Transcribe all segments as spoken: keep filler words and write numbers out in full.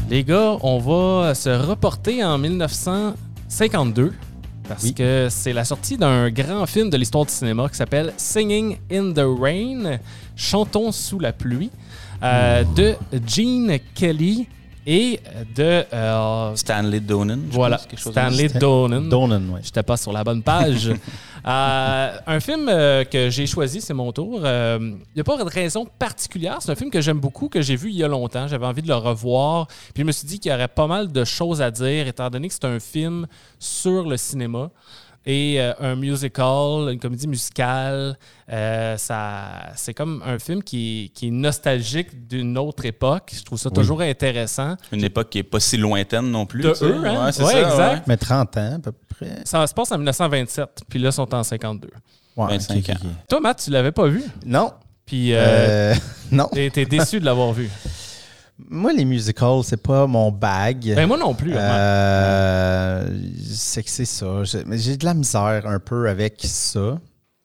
Les gars, on va se reporter en dix-neuf cent cinquante-deux parce oui. que c'est la sortie d'un grand film de l'histoire du cinéma qui s'appelle Singing in the Rain, Chantons sous la pluie, euh, mmh. de Gene Kelly et de... Euh, Stanley Donen. Voilà, pense, quelque chose Stanley Donen. Donen, oui. J'étais pas sur la bonne page. euh, un film euh, que j'ai choisi, c'est mon tour. Il euh, n'y a pas de raison particulière. C'est un film que j'aime beaucoup, que j'ai vu il y a longtemps. J'avais envie de le revoir. Puis je me suis dit qu'il y aurait pas mal de choses à dire, étant donné que c'est un film sur le cinéma. Et euh, un musical, une comédie musicale, euh, ça, c'est comme un film qui, qui est nostalgique d'une autre époque. Je trouve ça oui. toujours intéressant. Une époque qui n'est pas si lointaine non plus. De eux, hein? Ouais, c'est ouais, ça, exact. Ouais. Mais trente ans, à peu près. Ça se passe en dix-neuf cent vingt-sept, puis là, ils sont en cinquante-deux. Ouais, vingt-cinq okay, ans. okay. Toi, Matt, tu l'avais pas vu? Non. Puis, euh, euh, non. T'es, t'es déçu de l'avoir vu? Moi, les musicals, c'est pas mon bag. Ben moi non plus. Euh, c'est que c'est ça. J'ai, mais j'ai de la misère un peu avec ça.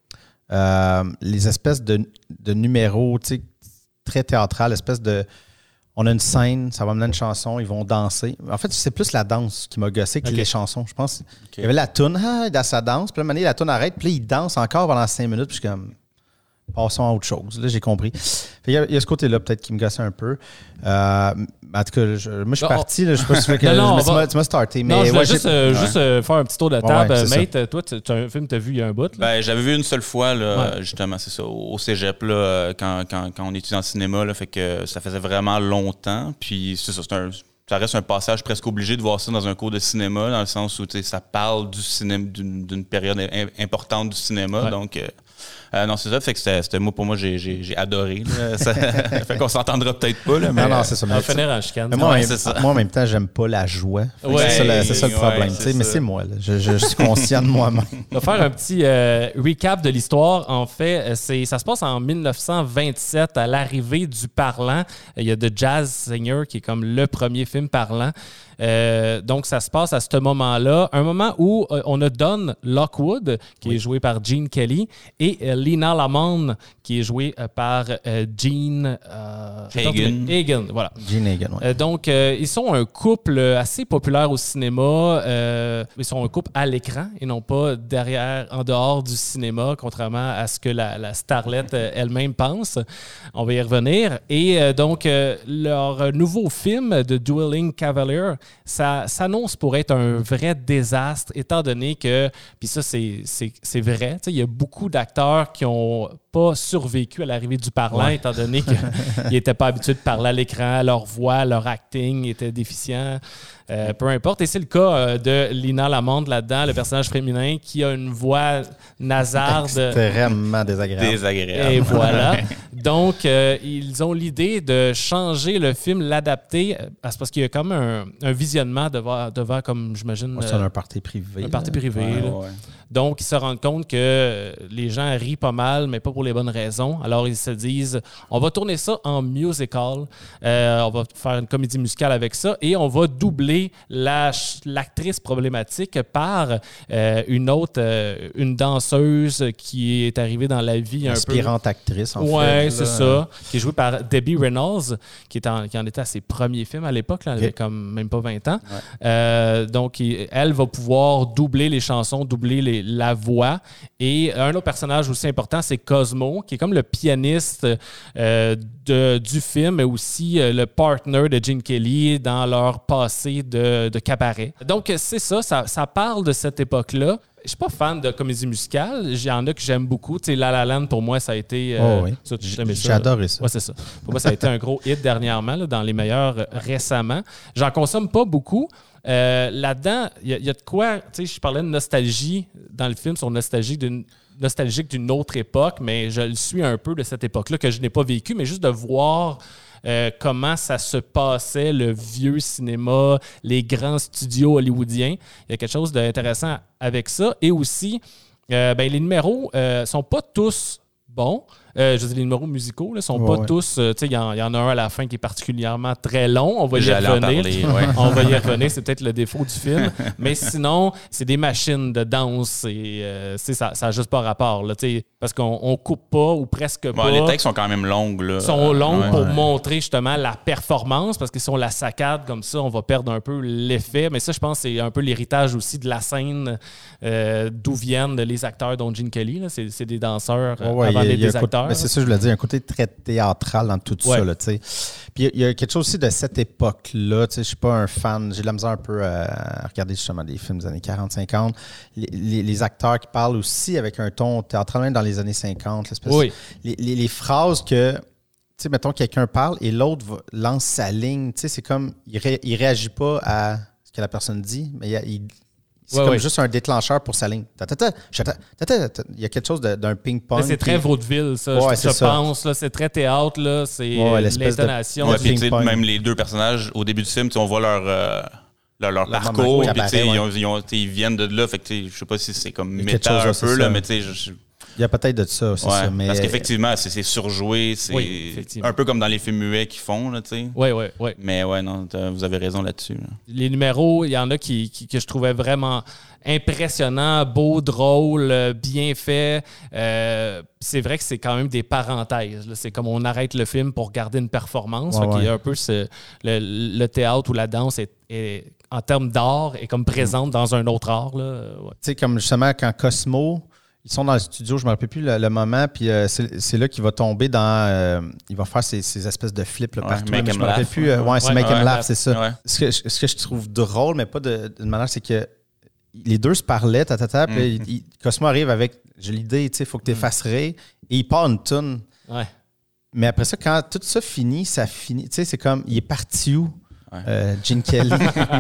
Euh, les espèces de, de numéros, tu sais, très théâtrales, espèces de... On a une scène, ça va mener une chanson, ils vont danser. En fait, c'est plus la danse qui m'a gossé que okay. les chansons. Je pense okay. Il y avait la toune, ah, dans sa danse, puis là, la toune arrête, puis là, il danse encore pendant cinq minutes, puis je suis comme... Passons à autre chose. Là, j'ai compris. Il y, a, il y a ce côté-là, peut-être, qui me gossait un peu. Euh, en tout cas, je, moi, je suis parti. Là, je ne sais pas si tu veux tu m'as starté. Mais non, je voulais ouais, juste, euh, ouais. juste euh, faire un petit tour de table. Ouais, Mate, ça. Toi, tu, tu as un film que tu as vu il y a un bout. Là? Ben, j'avais vu une seule fois, là, ouais. justement, c'est ça, au cégep, là, quand, quand, quand on étudie en cinéma. Là, fait que ça faisait vraiment longtemps. Puis, c'est ça, c'est un... Ça reste un passage presque obligé de voir ça dans un cours de cinéma, dans le sens où ça parle du cinéma, d'une, d'une période importante du cinéma. Ouais. Donc, euh, euh, non, c'est ça. Fait que c'était, c'était moi, pour moi, j'ai, j'ai, j'ai adoré. Là. Ça, fait qu'on s'entendra peut-être pas. Là, mais, non, non, c'est ça. On va finir en chicane. Moi, ouais, c'est ça. Moi, en même temps, j'aime pas la joie. Ouais, c'est, ça, le, c'est ça le problème. Ouais, c'est mais c'est moi. Là. Je, je, je suis conscient de moi-même. On va faire un petit euh, recap de l'histoire. En fait, c'est, ça se passe en dix-neuf cent vingt-sept, à l'arrivée du parlant. Il y a The Jazz Singer, qui est comme le premier film parlant. Euh, donc, ça se passe à ce moment-là, un moment où euh, on a Don Lockwood, qui oui. est joué par Gene Kelly, et euh, Lina Lamond, qui est jouée euh, par euh, Gene euh, Hagen. Hagen. Voilà. Gene Hagen, ouais. euh, donc, euh, ils sont un couple assez populaire au cinéma. Euh, ils sont un couple à l'écran et non pas derrière, en dehors du cinéma, contrairement à ce que la, la starlette euh, elle-même pense. On va y revenir. Et euh, donc, euh, leur nouveau film, The Dueling Cavalier, ça s'annonce pour être un vrai désastre, étant donné que, puis ça, c'est, c'est, c'est vrai, il y a beaucoup d'acteurs qui n'ont pas survécu à l'arrivée du parlant, ouais. étant donné qu'ils n'étaient pas habitués de parler à l'écran, leur voix, leur acting était déficient. Euh, peu importe. Et c'est le cas euh, de Lina Lamond là-dedans, le personnage féminin qui a une voix nasarde. Extrêmement désagréable. Désagréable. Et voilà. Donc, euh, ils ont l'idée de changer le film, l'adapter, parce qu'il y a comme un, un visionnement devant, devant comme j'imagine... C'est euh, un party privé. Un party privé. Ouais, là. ouais. Donc, ils se rendent compte que les gens rient pas mal, mais pas pour les bonnes raisons. Alors, ils se disent, on va tourner ça en musical. Euh, on va faire une comédie musicale avec ça et on va doubler La, l'actrice problématique par euh, une autre, euh, une danseuse qui est arrivée dans la vie un Inspirante peu... actrice, en ouais, fait. Ouais, c'est ça. Qui est jouée par Debbie Reynolds, qui, est en, qui en était à ses premiers films à l'époque. Là, elle okay. avait comme même pas vingt ans. Ouais. Euh, donc, elle va pouvoir doubler les chansons, doubler les, la voix. Et un autre personnage aussi important, c'est Cosmo, qui est comme le pianiste euh, de, du film, mais aussi euh, le partner de Gene Kelly dans leur passé de, de cabaret. Donc, c'est ça, ça, ça parle de cette époque-là. Je suis pas fan de comédie musicale. Il y en a que j'aime beaucoup. Tu sais, La La Land, pour moi, ça a été... Euh, oh oui, ça, j'ai ça. adoré ça. Ouais, c'est ça. Pour moi, ça a été un gros hit dernièrement, là, dans les meilleurs euh, récemment. J'en consomme pas beaucoup. Euh, là-dedans, il y, y a de quoi... Tu sais, je parlais de nostalgie dans le film, sur nostalgie d'une... nostalgique d'une autre époque, mais je le suis un peu de cette époque-là que je n'ai pas vécu, mais juste de voir euh, comment ça se passait, le vieux cinéma, les grands studios hollywoodiens. Il y a quelque chose d'intéressant avec ça. Et aussi, euh, ben, les numéros ne euh, sont pas tous bons. Euh, je veux dire, les numéros musicaux ne sont ouais, pas ouais. tous... Euh, tu sais, il y, y en a un à la fin qui est particulièrement très long. On va y J'allais en revenir. parler, ouais. On va y revenir. C'est peut-être le défaut du film. Mais sinon, c'est des machines de danse et euh, ça n'a juste pas rapport. Là, parce qu'on on coupe pas ou presque bon, pas. Les textes sont quand même longues. Là. Ils sont longues ouais. pour ouais. montrer justement la performance, parce que si on la saccade comme ça, on va perdre un peu l'effet. Mais ça, je pense, c'est un peu l'héritage aussi de la scène euh, d'où viennent les acteurs, dont Gene Kelly. C'est, c'est des danseurs euh, ouais, avant d'être des côté, acteurs. Mais c'est ça, je voulais dire, un côté très théâtral dans tout ouais. ça. Là, t'sais. Puis il y, y a quelque chose aussi de cette époque-là. Je ne suis pas un fan, j'ai de la misère un peu à regarder justement des films des années quarante cinquante. Les, les, les acteurs qui parlent aussi avec un ton théâtral, même dans les années cinquante. Oui. Les, les, les phrases que, tu sais, mettons, quelqu'un parle et l'autre va, lance sa ligne. Tu sais, c'est comme, il ne réagit pas à ce que la personne dit, mais il, il c'est ouais, comme ouais. juste un déclencheur pour sa ligne. Il y a quelque chose de, d'un ping-pong. Mais c'est très vaudeville, ça. Ouais, je c'est je ça. pense. Là, c'est très théâtre. Là, c'est ouais, l'intonation. De, ouais, de puis, même les deux personnages, au début du film, on voit leur, euh, leur, leur parcours. Puis, ouais. ils, ont, ils, ont, ils viennent de là. Fait que, je sais pas si c'est comme méta un peu, là, mais tu sais... Il y a peut-être de ça, c'est ouais, ça. Mais... Parce qu'effectivement, c'est, c'est surjoué. C'est oui, un peu comme dans les films muets qu'ils font. Là, oui, oui, oui. Mais ouais, non, vous avez raison là-dessus. Là. Les numéros, il y en a qui, qui, que je trouvais vraiment impressionnants, beaux, drôles, bien faits. Euh, c'est vrai que c'est quand même des parenthèses. Là. C'est comme on arrête le film pour garder une performance. Ouais, fait qu'il y a ouais. un peu ce, le, le théâtre ou la danse est, est, en termes d'art est comme présente mm. dans un autre art. Ouais. Tu sais, comme justement quand Cosmo... Ils sont dans le studio, je ne me rappelle plus le, le moment, puis euh, c'est, c'est là qu'il va tomber dans... Euh, il va faire ces, ces espèces de flips là, ouais, partout. Make Mais him je me rappelle laugh. plus. Euh, ouais, c'est ouais, Make ouais, him ouais, laugh, c'est ça. Ouais. Ce, que, ce que je trouve drôle, mais pas de, d'une manière, c'est que les deux se parlaient, tatata, puis mm-hmm. il, il, Cosmo arrive avec, j'ai l'idée, tu sais, il faut que tu effaces rire, et il part une toune. Ouais. Mais après ça, quand tout ça finit, ça finit. Tu sais, c'est comme, il est parti où? Ouais. Euh, Gene Kelly.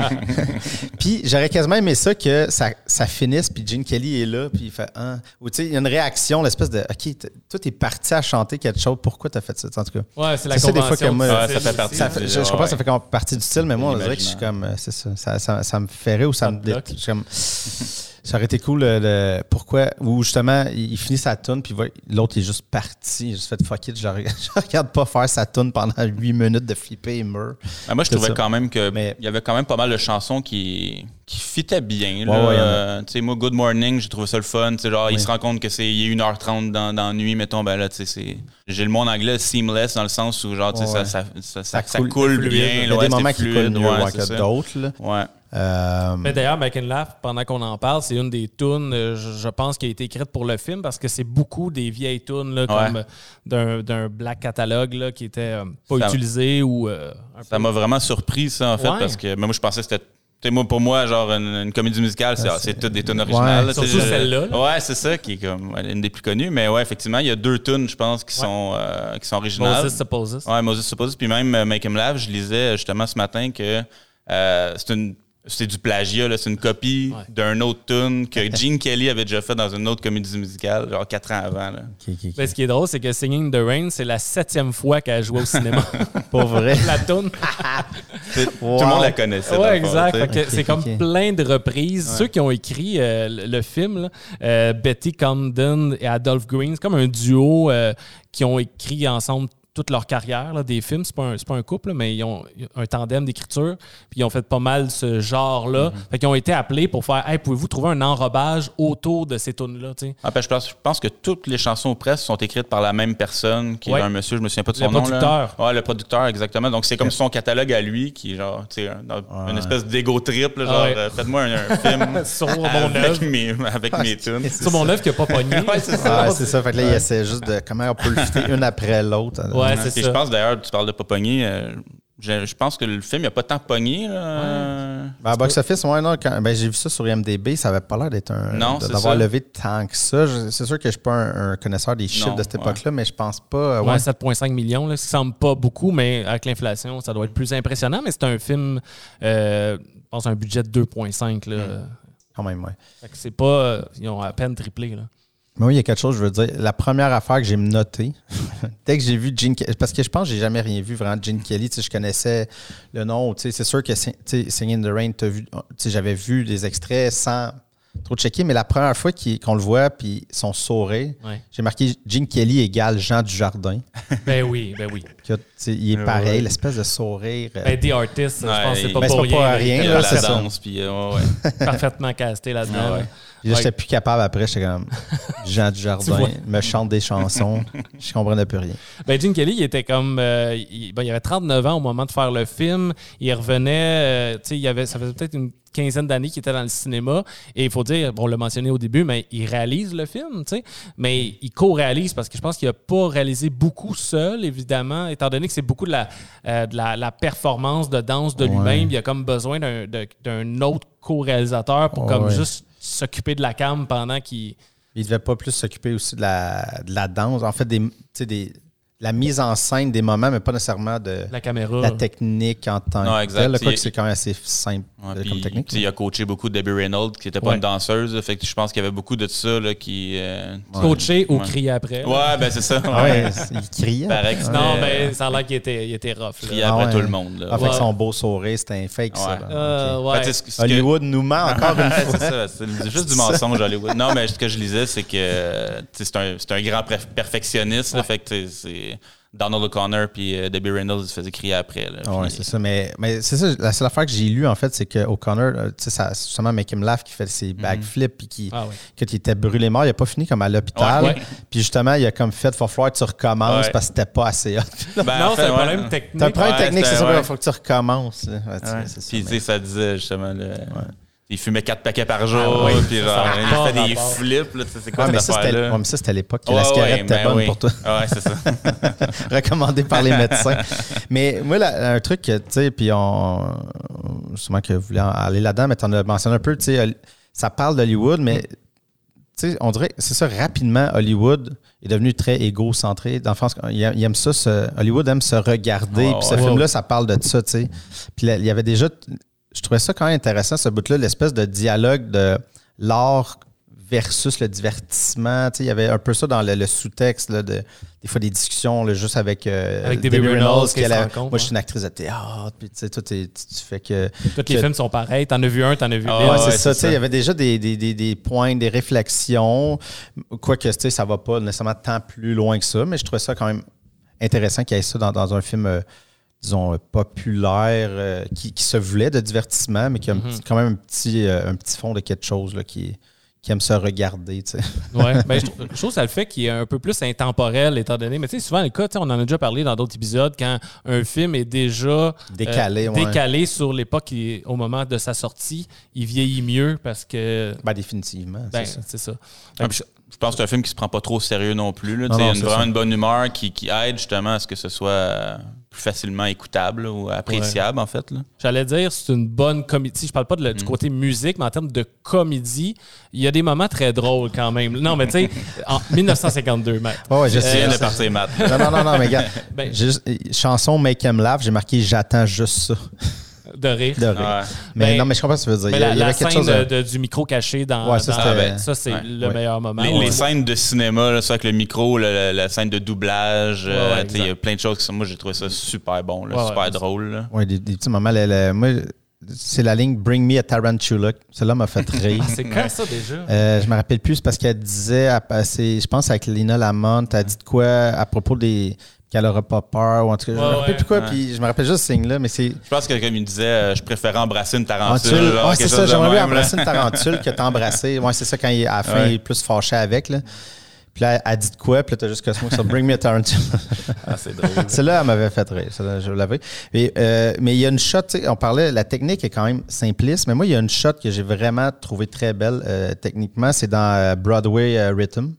Puis j'aurais quasiment aimé ça que ça, ça finisse, puis Gene Kelly est là, puis il fait hein? Ou tu sais, il y a une réaction, l'espèce de OK, toi, t'es parti à chanter quelque chose, pourquoi t'as fait ça? En tout cas. Ouais, c'est la c'est convention. Ça, des fois, que moi, ouais, ça fait partie. Ça fait, je, je comprends ouais. que ça fait comme partie du style, mais moi, on dirait que je suis comme, c'est ça, ça, ça, ça me fait rire ou ça, ça me. Dé- je suis comme. Ça aurait été cool, le, le, pourquoi, ou justement, il, il finit sa toune, puis l'autre il est juste parti, il a juste fait fuck it, je ne regarde pas faire sa toune pendant huit minutes de flipper et meurt. Ah, moi, je trouvais ça. Quand même qu'il mais... y avait quand même pas mal de chansons qui, qui fitaient bien. Ouais, ouais, euh, tu sais, moi, Good Morning, j'ai trouvé ça le fun. Genre, oui. il se rend compte que c'est il est une heure trente dans, dans la nuit, mettons, ben là, tu sais, c'est. J'ai le mot en anglais seamless dans le sens où, genre, tu sais, ouais, ça, ça, ça, ça, ça coule, coule bien. Il y a ouais, des moments fluide, qui coulent mieux ouais, ouais, que ça. d'autres. Là. Ouais. Euh... Mais d'ailleurs, Make and Laugh, pendant qu'on en parle, c'est une des tunes, euh, je, je pense, qui a été écrite pour le film parce que c'est beaucoup des vieilles tunes là, comme ouais. d'un, d'un black catalogue là, qui était euh, pas ça, utilisé ou. Euh, un ça peu... m'a vraiment surpris, ça, en fait, ouais. parce que moi, je pensais que c'était. T'sais, moi, pour moi, genre, une, une comédie musicale, c'est, ah, c'est, c'est toutes des tunes originales. Ouais, surtout celle-là. Là. Ouais, c'est ça, qui est comme une des plus connues. Mais ouais, effectivement, il y a deux tunes, je pense, qui, ouais. sont, euh, qui sont originales. Moses Supposes. Ouais, Moses Supposes. Puis même uh, Make Him Laugh, je lisais justement ce matin que euh, c'est une. C'est du plagiat, là. C'est une copie ouais. d'un autre tune que Gene Kelly avait déjà fait dans une autre comédie musicale, genre quatre ans avant. Là. Okay, okay, okay. Mais ce qui est drôle, c'est que Singing in the Rain, c'est la septième fois qu'elle a joué au cinéma. Pas vrai. La tune. Wow. Tout le monde la connaissait. Oui, exact. Part, okay, c'est comme plein de reprises. Ouais. Ceux qui ont écrit euh, le, le film, là, euh, Betty Comden et Adolph Green, c'est comme un duo euh, qui ont écrit ensemble toute leur carrière là, des films. C'est pas un, c'est pas un couple, là, mais ils ont un tandem d'écriture. Puis ils ont fait pas mal ce genre-là. Mm-hmm. Fait qu'ils ont été appelés pour faire hey, pouvez-vous trouver un enrobage autour de ces tunes-là? Ah, ben, je, pense, je pense que toutes les chansons presque sont écrites par la même personne, qui ouais. est un monsieur, je me souviens pas de son le nom. Le producteur. Oui, le producteur, exactement. Donc c'est comme ouais. son catalogue à lui, qui est genre, tu sais, ouais. une espèce d'égo triple, genre, ouais. euh, faites-moi un, un film sur mon avec mes, avec mes tunes. Sur mon œuvre qui n'a pas pogné. Ouais, c'est ça. Ouais, c'est ça. Fait que là, il essaie juste de comment on peut le fitter une après l'autre. Ouais, c'est Et ça. je pense d'ailleurs, tu parles de pas pogner. Euh, je, je pense que le film, il n'a pas tant pogné. Là. Ouais. Ben, à Box Office, ouais, non, quand, ben, j'ai vu ça sur I M D B, ça avait pas l'air d'être un. Non, de, c'est d'avoir ça. levé tant que ça. Je, c'est sûr que je ne suis pas un, un connaisseur des chiffres non, de cette ouais. époque-là, mais je pense pas. Ouais, ouais sept virgule cinq millions, là, ça semble pas beaucoup, mais avec l'inflation, ça doit être plus impressionnant. Mais c'est un film, euh, je pense, un budget de deux virgule cinq. Là. Mmh. Quand même, oui. C'est pas. Ils ont à peine triplé. Là. Mais oui, il y a quelque chose, je veux dire. La première affaire que j'ai notée, dès que j'ai vu Gene Kelly, parce que je pense que j'ai jamais rien vu vraiment de Gene Kelly. Tu sais, je connaissais le nom. Tu sais, c'est sûr que Singing in the Rain, t'as vu, tu sais, j'avais vu des extraits sans, trop checké, mais la première fois qu'il, qu'on le voit, puis son sourire, ouais. j'ai marqué Gene Kelly égale Jean Dujardin. Ben oui, ben oui. Que, il est pareil, ouais. l'espèce de sourire. Ben, The Artist, ouais, je pense que c'est pas ben, pour c'est pas rien. Là, là, la c'est danse, puis euh, ouais. Parfaitement casté là-dedans. Ouais. Là, j'étais plus capable après, j'étais comme Jean Dujardin, me chante des chansons, je comprenais plus rien. Ben, Gene Kelly, il était comme. Euh, il, ben, il avait trente-neuf ans au moment de faire le film. Il revenait, euh, tu sais, il avait, ça faisait peut-être une quinzaine d'années qu'il était dans le cinéma. Et il faut dire, bon, on l'a mentionné au début, mais il réalise le film, tu sais. Mais il co-réalise parce que je pense qu'il n'a pas réalisé beaucoup seul, évidemment, étant donné que c'est beaucoup de la, euh, de la, la performance de danse de lui-même. Ouais. Il a comme besoin d'un, de, d'un autre co-réalisateur pour comme ouais. juste s'occuper de la cam pendant qu'il... Il devait pas plus s'occuper aussi de la, de la danse. En fait, des, des, la mise en scène des moments, mais pas nécessairement de la caméra, la technique en tant non, que telle. Quoi que c'est quand même assez simple ouais, comme technique. Il a coaché beaucoup Debbie Reynolds, qui n'était pas ouais. une danseuse. Là, fait que je pense qu'il y avait beaucoup de ça là, qui... Euh, ouais. Coaché ou ouais. crié après. Ouais, ben c'est ça. Ah ouais, il criait. Pareil, non, mais ben, ça a l'air qu'il était, il était rough. Il criait après ah ouais. tout le monde. Là. Ah, fait ouais. que son beau sourire, c'était un fake, ouais. ça. Euh, okay. ouais. ben, ce que... Hollywood nous ment encore une fois. C'est ça, c'est juste du mensonge, Hollywood. Non, mais ce que je lisais, c'est que c'est un, c'est un grand perfectionniste. Là, fait que c'est... Donald O'Connor puis euh, Debbie Reynolds se faisaient crier après. Là, ah ouais, c'est ça. Mais, mais c'est ça, la seule affaire que j'ai lue, en fait, c'est que O'Connor, tu sais, c'est justement Make Him Laugh qui fait ses backflips puis qui, ah ouais. quand il était brûlé mort, il n'a pas fini comme à l'hôpital. Ouais, ouais. Puis justement, il a comme fait, il va falloir que tu recommences ouais. parce que c'était pas assez hot. Ben, non, c'est un problème technique. C'est un problème ouais, technique, c'est ça, ouais. il faut que tu recommences. Ouais, ouais. c'est ça, puis, tu sais, mais... ça disait justement. Le... Ouais. Il fumait quatre paquets par jour, ah, oui, puis genre, il fait rapport. Des flips. Là, c'est quoi ouais, cette affaire-là? Ouais, mais ça, c'était à l'époque que ouais, la cigarette ouais, était ben bonne oui. pour toi. Ouais, c'est ça. Recommandé par les médecins. Mais moi, là, un truc, tu sais, puis on. Sûrement que vous voulez aller là-dedans, mais tu en as mentionné un peu, tu sais, ça parle d'Hollywood, mais. Tu sais, on dirait, c'est ça, rapidement, Hollywood est devenu très égocentré. Dans le sens qu'il aime ça, ce, Hollywood aime se regarder. Oh, puis ce wow. film-là, ça parle de ça, tu sais. Puis là, il y avait déjà. Je trouvais ça quand même intéressant, ce bout-là, l'espèce de dialogue de l'art versus le divertissement. Tu sais, il y avait un peu ça dans le, le sous-texte, là, de, des fois des discussions là, juste avec, euh, avec Debbie Reynolds. Reynolds qui elle a, moi, je suis une actrice de théâtre. Puis, tu sais, toi, tu fais que... Tous les films sont pareils. T'en as vu un, t'en as vu oh, deux. Ouais, c'est ouais, ça. Tu sais, il y avait déjà des, des, des, des points, des réflexions. Quoique, tu sais, ça va pas nécessairement tant plus loin que ça, mais je trouvais ça quand même intéressant qu'il y ait ça dans, dans un film... Euh, disons, populaire, euh, qui, qui se voulait de divertissement, mais qui a mm-hmm. un, quand même un petit, euh, un petit fond de quelque chose là, qui, qui aime se regarder. Tu sais. Oui, ben, je, je trouve que ça le fait qu'il est un peu plus intemporel, étant donné. Mais tu sais, souvent, le cas, on en a déjà parlé dans d'autres épisodes, quand un film est déjà décalé, euh, ouais. décalé sur l'époque, il, au moment de sa sortie, il vieillit mieux parce que... Ben, définitivement, ben, c'est ça. C'est ça. Ah, je, je pense que c'est un film qui se prend pas trop au sérieux non plus. Là. Non, non, il y a une, vraiment ça. une bonne humeur qui, qui aide justement à ce que ce soit... plus facilement écoutable là, ou appréciable, ouais. en fait. Là. J'allais dire, c'est une bonne comédie. Je parle pas de le, mm. du côté musique, mais en termes de comédie, il y a des moments très drôles quand même. Non, mais tu sais, en dix-neuf cent cinquante-deux, Matt. Oh, ouais, je sais. Euh, de partir, Matt. Non, non, non, non, mais gars, ben, juste, chanson Make Him Laugh, j'ai marqué « J'attends juste ça ». De rire. De rire. Ouais. Mais ben, non, mais je comprends ce que tu veux dire. Mais la, il y avait la quelque scène chose de... De, du micro caché dans... Ouais, ça, dans, ben, ça c'est ouais. le ouais. meilleur moment. Les, ouais. les scènes de cinéma, là, ça avec le micro, la, la scène de doublage, il ouais, ouais, euh, y a plein de choses qui sont... Moi, j'ai trouvé ça super bon, là, ouais, super ouais, drôle. Oui, des, des petits moments. La, la, moi, c'est la ligne « Bring me a tarantula ». Celle-là m'a fait rire. C'est quand ça, déjà? Euh, je me rappelle plus, c'est parce qu'elle disait, je pense avec Lina Lamont, elle a dit de quoi à propos des... qu'elle n'aura pas peur, ou en tout cas, je ouais, me rappelle ouais, plus quoi, ouais. puis je me rappelle juste ce signe-là, mais c'est... Je pense que comme il disait, euh, je préférais embrasser une tarentule. Ah, ouais, c'est ça, j'aimerais bien embrasser une tarentule que t'embrasser. Ouais, c'est ça, quand il, à la fin, ouais. il est plus fâché avec, là. Puis là, elle dit de quoi, puis là, t'as juste que ça, Bring me a tarantule. Ah, c'est drôle. Celle-là, elle m'avait fait rire, celle-là, je l'avais. Et, euh, mais il y a une shot, tu sais, on parlait, la technique est quand même simpliste, mais moi, il y a une shot que j'ai vraiment trouvé très belle euh, techniquement, c'est dans euh, Broadway euh, Rhythm.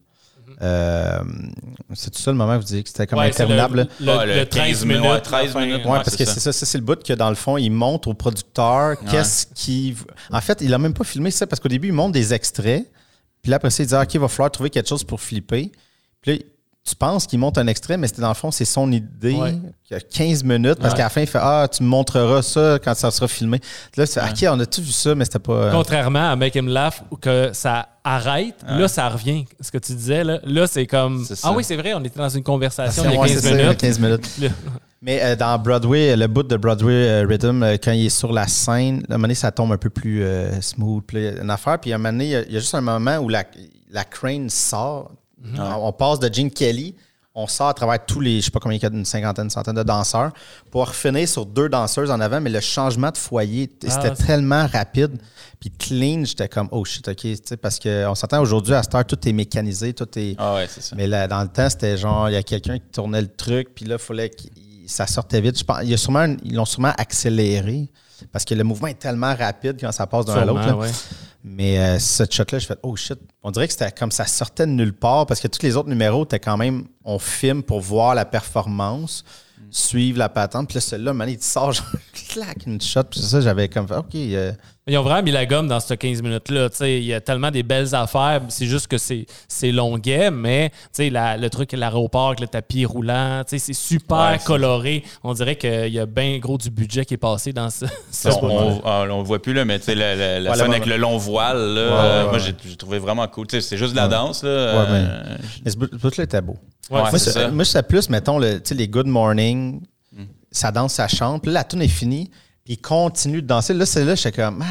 Euh, c'est tout ça le moment où vous dites que c'était comme ouais, interminable. Le, le, le, le treize minutes. Ouais, treize minutes. Ouais, parce que c'est ça, ça c'est le bout que dans le fond, il montre au producteur ouais. qu'est-ce qui. En fait, il a même pas filmé ça parce qu'au début, il montre des extraits. Puis là, après ça, il dit OK, il va falloir trouver quelque chose pour flipper. Puis là, tu penses qu'il monte un extrait, mais c'était dans le fond, c'est son idée. Ouais. Il y a quinze minutes, parce ouais. qu'à la fin, il fait Ah, tu me montreras ça quand ça sera filmé. Là, tu fais OK, on a tout vu ça, mais c'était pas. Euh... Contrairement à Make Him Laugh, où que ça arrête, ouais. là, ça revient. Ce que tu disais, là, là c'est comme c'est Ah oui, c'est vrai, on était dans une conversation il y a quinze minutes. quinze minutes. Mais euh, dans Broadway, le bout de Broadway euh, Rhythm, euh, quand il est sur la scène, à un moment donné, ça tombe un peu plus euh, smooth. Puis il y a une affaire. Puis à un moment donné, il y a, il y a juste un moment où la, la crane sort. Mm-hmm. On, on passe de Gene Kelly, on sort à travers tous les, je sais pas combien il y a, une cinquantaine, une centaine de danseurs, pour finir sur deux danseuses en avant. Mais le changement de foyer, ah, c'était c'est... tellement rapide. Puis clean, j'étais comme, oh shit, OK. Parce qu'on s'entend aujourd'hui, à cette heure, tout est mécanisé, tout est. Ah ouais, c'est ça. Mais là, dans le temps, c'était genre, il y a quelqu'un qui tournait le truc, puis là, il fallait que ça sortait vite. Je pense, il y a sûrement, ils l'ont sûrement accéléré parce que le mouvement est tellement rapide quand ça passe d'un à l'autre. Ouais. Mais euh, ce shot-là, je fais, oh shit. On dirait que c'était comme ça sortait de nulle part parce que tous les autres numéros étaient quand même, on filme pour voir la performance. Suivre la patente. Puis là, celui-là, man, il te sort, genre, clac, une shot. Puis ça, j'avais comme fait, OK. Euh... Ils ont vraiment mis la gomme dans ces quinze minutes-là. T'sais, il y a tellement des belles affaires. C'est juste que c'est, c'est longuet, mais la, le truc, l'aéroport avec le tapis roulant, c'est super ouais, coloré. C'est... On dirait qu'il y a bien gros du budget qui est passé dans ce. ce on ne le voit plus, là, mais la, la, la ouais, scène avec le long voile, là, ouais, euh, ouais, moi, ouais. J'ai, j'ai trouvé vraiment cool. T'sais, c'est juste de la ouais. danse. Là, ouais, euh... mais, mais ce bout-là était beau. Ouais, moi, c'est c'est, moi, je sais plus, mettons, le, les Good Morning, mm. ça danse, ça chante. Puis là, la tune est finie, puis il continue de danser. Là, c'est là, je suis comme,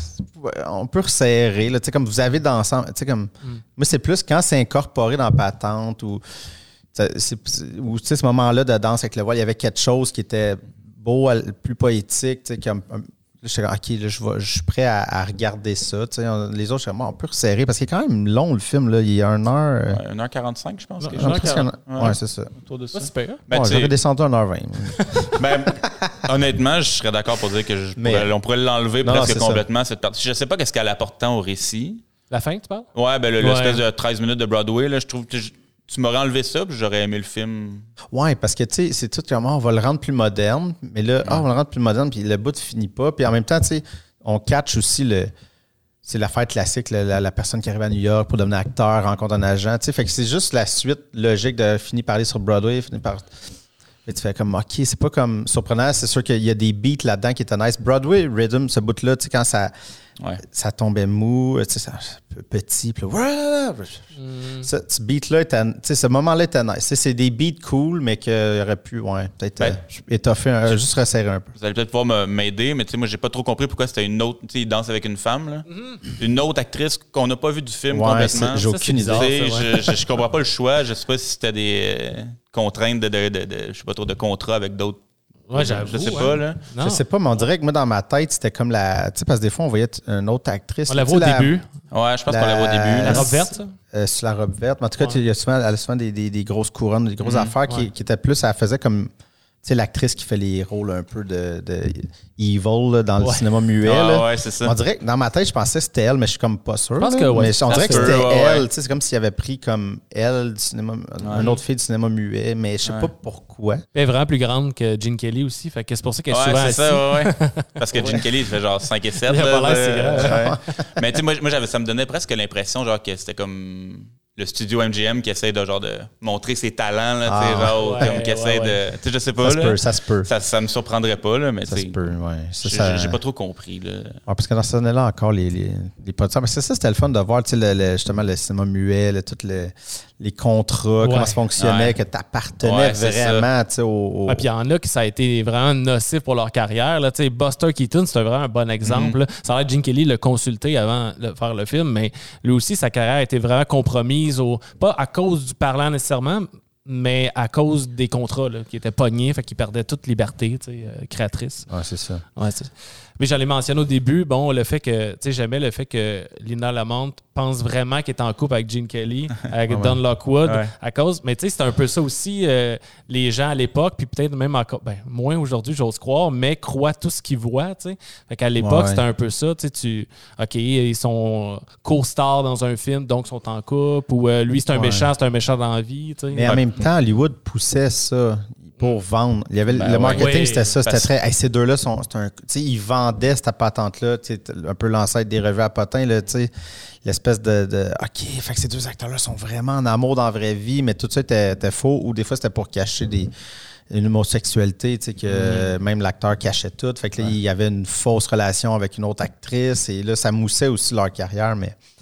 ah, on peut resserrer. Là, comme vous avez dansé. Comme, mm. Moi, c'est plus quand c'est incorporé dans la patente ou, c'est, ou ce moment-là de danse avec le voile, il y avait quelque chose qui était beau, plus poétique, comme. Là, je suis OK, là, je, vais, je suis prêt à, à regarder ça. T'sais. Les autres, je suis comme, on peut resserrer parce qu'il est quand même long, le film. Là. Il est une heure. Euh... Ouais, une heure quarante-cinq, je pense. Ouais, une heure quarante. Ouais, ouais, c'est ça. Autour de ça. Ouais, super. Ben, ouais, j'aurais descendu à une heure vingt. ben, honnêtement, je serais d'accord pour dire que je Mais, pourrais, on pourrait l'enlever non, presque non, complètement, ça. Cette partie. Je sais pas qu'est-ce qu'elle apporte tant au récit. La fin, tu parles? Ouais, ben, le, ouais. l'espèce de treize minutes de Broadway, là, je trouve que. Je, Tu m'aurais enlevé ça, puis j'aurais aimé le film. Ouais, parce que, tu sais, c'est tout comment on va le rendre plus moderne, mais là, ouais. ah, on va le rendre plus moderne, puis le bout ne finit pas. Puis en même temps, tu sais, on catch aussi le. C'est l'affaire classique, la, la, la personne qui arrive à New York pour devenir acteur, rencontre un agent. Tu sais, fait que c'est juste la suite logique de finir par aller sur Broadway, finir par. Et tu fais comme, OK, c'est pas comme surprenant. C'est sûr qu'il y a des beats là-dedans qui étaient nice. Broadway Rhythm, ce bout-là, tu sais, quand ça. Ouais. Ça tombait mou, tu sais, ça, petit, puis là, mm. ce, ce beat-là, était, tu sais, ce moment-là était nice. T'sais, c'est des beats cool, mais qu'il aurait pu, ouais, peut-être ben, euh, étoffer, un, je, juste resserrer un peu. Vous allez peut-être pouvoir m'aider, mais tu sais, moi, j'ai pas trop compris pourquoi c'était une autre, tu sais, il danse avec une femme, là. Mm-hmm. Une autre actrice qu'on n'a pas vue du film ouais, complètement. J'ai aucune idée. Ouais. Je, je, je comprends pas le choix, je sais pas si c'était des euh, contraintes de, de, de, de, je sais pas trop, de contrat avec d'autres. Ouais, j'avoue, je sais ouais. pas, là. Non. Je sais pas, mais on dirait que moi, dans ma tête, c'était comme la. Tu sais, parce que des fois, on voyait une autre actrice. On la voit au la... début. Ouais, je pense la... qu'on la voit au début. La robe verte, ça? Euh, sur la robe verte. Mais en tout cas, ouais. il y a souvent, elle a souvent des, des, des grosses couronnes, des grosses mm-hmm. affaires qui, ouais. qui étaient plus. Elle faisait comme. Tu sais, l'actrice qui fait les rôles un peu de, de evil là, dans ouais. le cinéma muet. Ah, là. Ouais, c'est ça. On dirait que dans ma tête, je pensais que c'était elle, mais je suis comme pas sûr. Je pense que ouais, mais on dirait que c'était ouais, elle. Ouais. C'est comme s'il avait pris comme elle du cinéma, ouais. une autre fille du cinéma muet, mais je sais ouais. pas pourquoi. Elle est vraiment plus grande que Gene Kelly aussi. Fait que c'est pour ça qu'elle est ouais, souvent c'est assise. Ça, ouais, ouais. Parce que Gene Kelly, il fait genre cinq et sept. Il là, a pas l'air, c'est grave. Ouais. Mais tu sais, moi, moi j'avais, ça me donnait presque l'impression genre que c'était comme. Le studio M G M qui essaie de genre de montrer ses talents là, ah, genre ouais, comme qui essaie ouais, ouais. de, tu sais je sais pas ça là. Se peut, ça se peut. Ça, ça me surprendrait pas là, mais ça se peut, ouais. Ça, j'ai, ça... j'ai pas trop compris là. Ouais, parce que dans cette année-là encore les les, les producteurs, mais c'est ça c'était le fun de voir, tu sais le, le, justement le cinéma muet, le, tout le, les contrats, ouais. comment ça fonctionnait, ouais. que t'appartenais ouais, vraiment, tu sais au. au... Ouais, puis il y en a qui ça a été vraiment nocif pour leur carrière là, tu sais Buster Keaton c'est vraiment un bon exemple. Mm-hmm. Ça a l'air que Gene Kelly l'a consulté avant de faire le film, mais lui aussi sa carrière a été vraiment compromise au pas à cause du parlant nécessairement, mais à cause des contrats là, qui étaient pognés, fait qu'ils perdaient toute liberté euh, créatrice. Ouais, c'est ça. Ouais, c'est... Mais j'allais mentionner au début, bon, le fait que, tu sais, j'aimais le fait que Lina Lamont pense vraiment qu'elle est en couple avec Gene Kelly, avec ouais, Don Lockwood, ouais. à cause, mais tu sais, c'était un peu ça aussi, euh, les gens à l'époque, puis peut-être même encore, ben, moins aujourd'hui, j'ose croire, mais croient tout ce qu'ils voient, tu sais. Fait qu'à l'époque, ouais. c'était un peu ça, tu sais, tu, OK, ils sont co-stars dans un film, donc ils sont en couple, ou euh, lui, c'est un ouais. méchant, c'est un méchant dans la vie, tu sais. Mais en même temps, Hollywood poussait ça. Pour vendre. Il y avait, ben le marketing, oui, c'était ça. C'était très. Hey, ces deux-là sont. C'est un, ils vendaient cette patente-là. Un peu l'ancêtre des revues à potins. Là, l'espèce de, de. OK, fait que ces deux acteurs-là sont vraiment en amour dans la vraie vie, mais tout ça était, était faux. Ou des fois, c'était pour cacher des, une homosexualité. Que mm. même l'acteur cachait tout. Fait que là, ouais. il y avait une fausse relation avec une autre actrice. Et là, ça moussait aussi leur carrière. Mais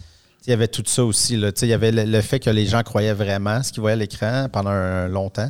il y avait tout ça aussi. Là. Il y avait le, le fait que les gens croyaient vraiment ce qu'ils voyaient à l'écran pendant un, un longtemps.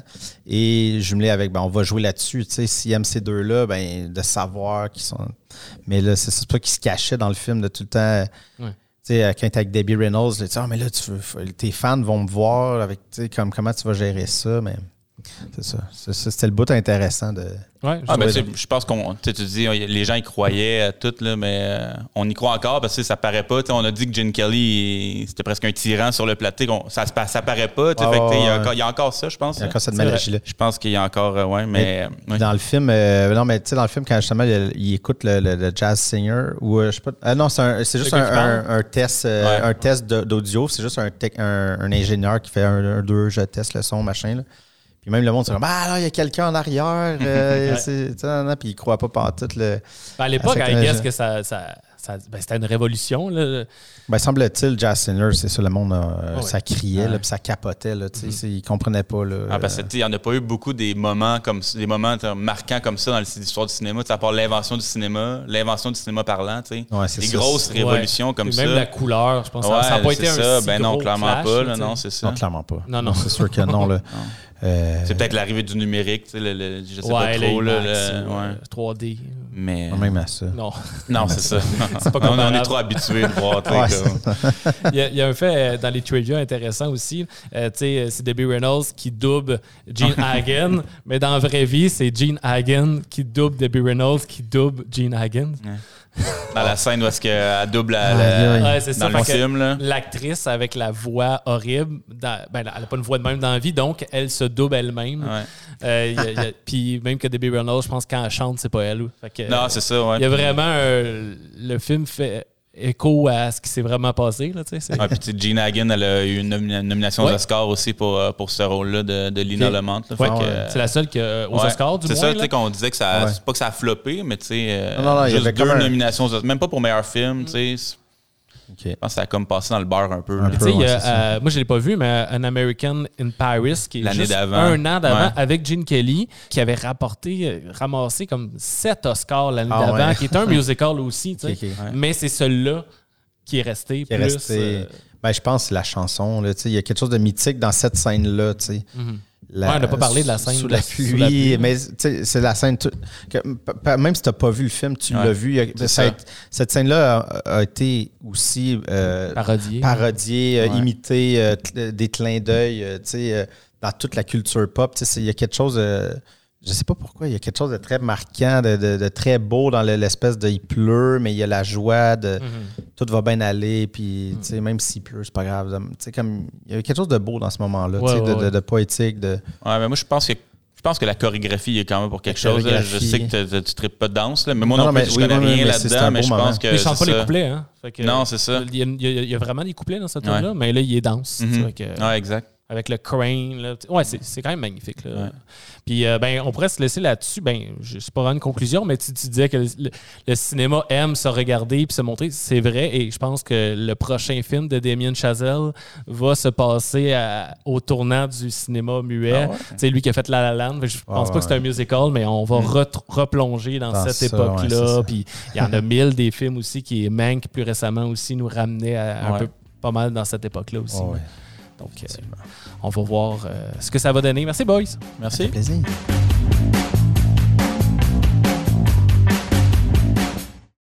Et jumelé avec, ben, on va jouer là-dessus. S'ils aiment ces deux-là, ben, de savoir qu'ils sont... Mais là, c'est ça qu'ils se cachaient dans le film de tout le temps. Ouais. T'sais, quand t'es avec Debbie Reynolds, tu dis, ah, mais là, tu veux, tes fans vont me voir avec comme, comment tu vas gérer ça. Mais c'est ça. C'est, c'était le bout intéressant de. Ouais, ah, ben, je pense qu'on. Tu dis, les gens y croyaient à tout, là, mais euh, on y croit encore parce que ça paraît pas. On a dit que Gene Kelly, c'était presque un tyran sur le plateau. Ça, ça paraît pas. Ah, fait que, il, y a encore, il y a encore ça, je pense. Il y a encore cette magie-là. Je pense qu'il y a encore. Euh, ouais, mais. mais ouais. Dans le film, euh, non, mais tu sais, dans le film, quand justement, il, il écoute le, le, le jazz singer, ou euh, je sais pas. Euh, non, c'est, un, c'est juste un, un, un test, euh, ouais. un test d'audio. C'est juste un, tech, un, un ingénieur qui fait un, un, deux, je teste le son, machin, là. Puis même le monde, c'est comme, ah là, il y a quelqu'un en arrière. Euh, c'est, puis il ne croit pas pantoute. Le, à l'époque, à guess que ça, ça, ça ben, c'était une révolution. Là. Ben, semble-t-il, Jazz Singer, c'est ça, le monde, euh, oh, ça oui. criait, ouais. là, puis ça capotait. Là, mm-hmm. Ils ne comprenaient pas. Là, ah, parce qu'il n'y en a pas eu beaucoup des moments, comme, des moments marquants comme ça dans l'histoire du cinéma. À part l'invention du cinéma, l'invention du cinéma parlant. Ouais, c'est des ça, grosses c'est... révolutions ouais. comme et ça. Même la couleur, je pense. Ouais, ça n'a pas été ça. un si ben non, gros clairement clash, pas. Là, non, c'est ça. Non, clairement pas. Non, non. C'est sûr que non. Là. non. Euh... C'est peut-être l'arrivée du numérique, tu sais, le, le, je sais ouais, pas trop. Là, le, ouais. trois D. Mais... Non, même à ça. Non. Non, c'est ça. c'est pas on, on est trop habitués de voir. Ouais, il, y a, il y a un fait dans les trivia intéressant aussi. Euh, tu sais, c'est Debbie Reynolds qui double Gene Hagen, mais dans la vraie vie, c'est Gene Hagen qui double Debbie Reynolds qui double Gene Hagen. Ouais. Dans la scène où est-ce qu'elle double la, la, ouais, c'est dans ça, le film. Là. L'actrice avec la voix horrible, dans, ben, elle n'a pas une voix de même dans la vie, donc elle se double elle-même. Ouais. Euh, Puis même que Debbie Reynolds, je pense quand elle chante, c'est pas elle. Fait que, non, c'est ça. Ouais. Il y a vraiment un, le film fait écho à ce qui s'est vraiment passé. Là, c'est... Ouais, puis Gene Hagen, elle a eu une nom- nomination ouais. aux Oscars aussi pour, pour ce rôle-là de, de Lina okay. Lemaitre. Là, ouais. que, ouais. C'est la seule qui a, aux ouais. Oscars, du c'est moins. C'est ça qu'on disait que ça, ouais. c'est pas que ça a floppé, mais tu sais, non, non, juste deux un... nominations, même pas pour meilleur film, tu sais. Okay. Je pense que ça a comme passé dans le beurre un peu. Un peu ouais, a, euh, moi, je ne l'ai pas vu, mais An American in Paris, qui est L'année juste d'avant. un an d'avant, ouais. avec Gene Kelly, qui avait rapporté, ramassé comme sept Oscars l'année ah, d'avant, ouais. qui est un musical aussi. Okay, okay. Ouais. Mais c'est celui-là qui est resté. Qui est plus, resté... Euh... Ben, je pense que c'est la chanson. Il y a quelque chose de mythique dans cette scène-là. Mm-hmm. La, ouais, on n'a pas parlé de la scène sous la pluie, sous la pluie. Mais c'est la scène tu, que, même si tu n'as pas vu le film, tu ouais, l'as vu. A, ça a, cette scène-là a, a été aussi euh, parodiée, parodiée ouais. imitée, euh, des clins d'œil euh, dans toute la culture pop. Il y a quelque chose de, je ne sais pas pourquoi, il y a quelque chose de très marquant, de, de, de très beau dans l'espèce de il pleut, mais il y a la joie de mm-hmm. tout va bien aller, puis mm-hmm. même s'il pleut, c'est pas grave. Comme, il y a quelque chose de beau dans ce moment-là, ouais, ouais, de, ouais. de, de poétique. De... Ouais, mais moi, je pense que je pense que la chorégraphie est quand même pour quelque chose. Là. Je sais que tu ne tripes pas de danse, là, mais moi non, non plus, je oui, connais oui, rien là-dedans, mais je moment. pense que. Il ne chante pas les couplets, hein? Fait que, non, c'est ça. Il y, a, il, y a, il y a vraiment des couplets dans ce tour-là, ouais. mais là, il est danse. Mm-hmm. Que, ouais, exact. Avec le crane. Là. Ouais, c'est, c'est quand même magnifique. Là. Ouais. Puis, euh, ben, on pourrait se laisser là-dessus. Ben, je ne sais pas vraiment une conclusion, mais tu, tu disais que le, le cinéma aime se regarder puis se montrer. C'est vrai. Et je pense que le prochain film de Damien Chazelle va se passer à, au tournant du cinéma muet. Ah ouais. C'est lui qui a fait La La Land. Je pense ah ouais. pas que c'est un musical, mais on va mm. re- replonger dans, dans cette ça, époque-là. Ouais, puis, il y en a mille des films aussi qui Mank plus récemment aussi nous ramenait à, ouais. un peu pas mal dans cette époque-là aussi. Oh ouais. Donc, euh, on va voir euh, ce que ça va donner. Merci, boys. Merci. Plaisir.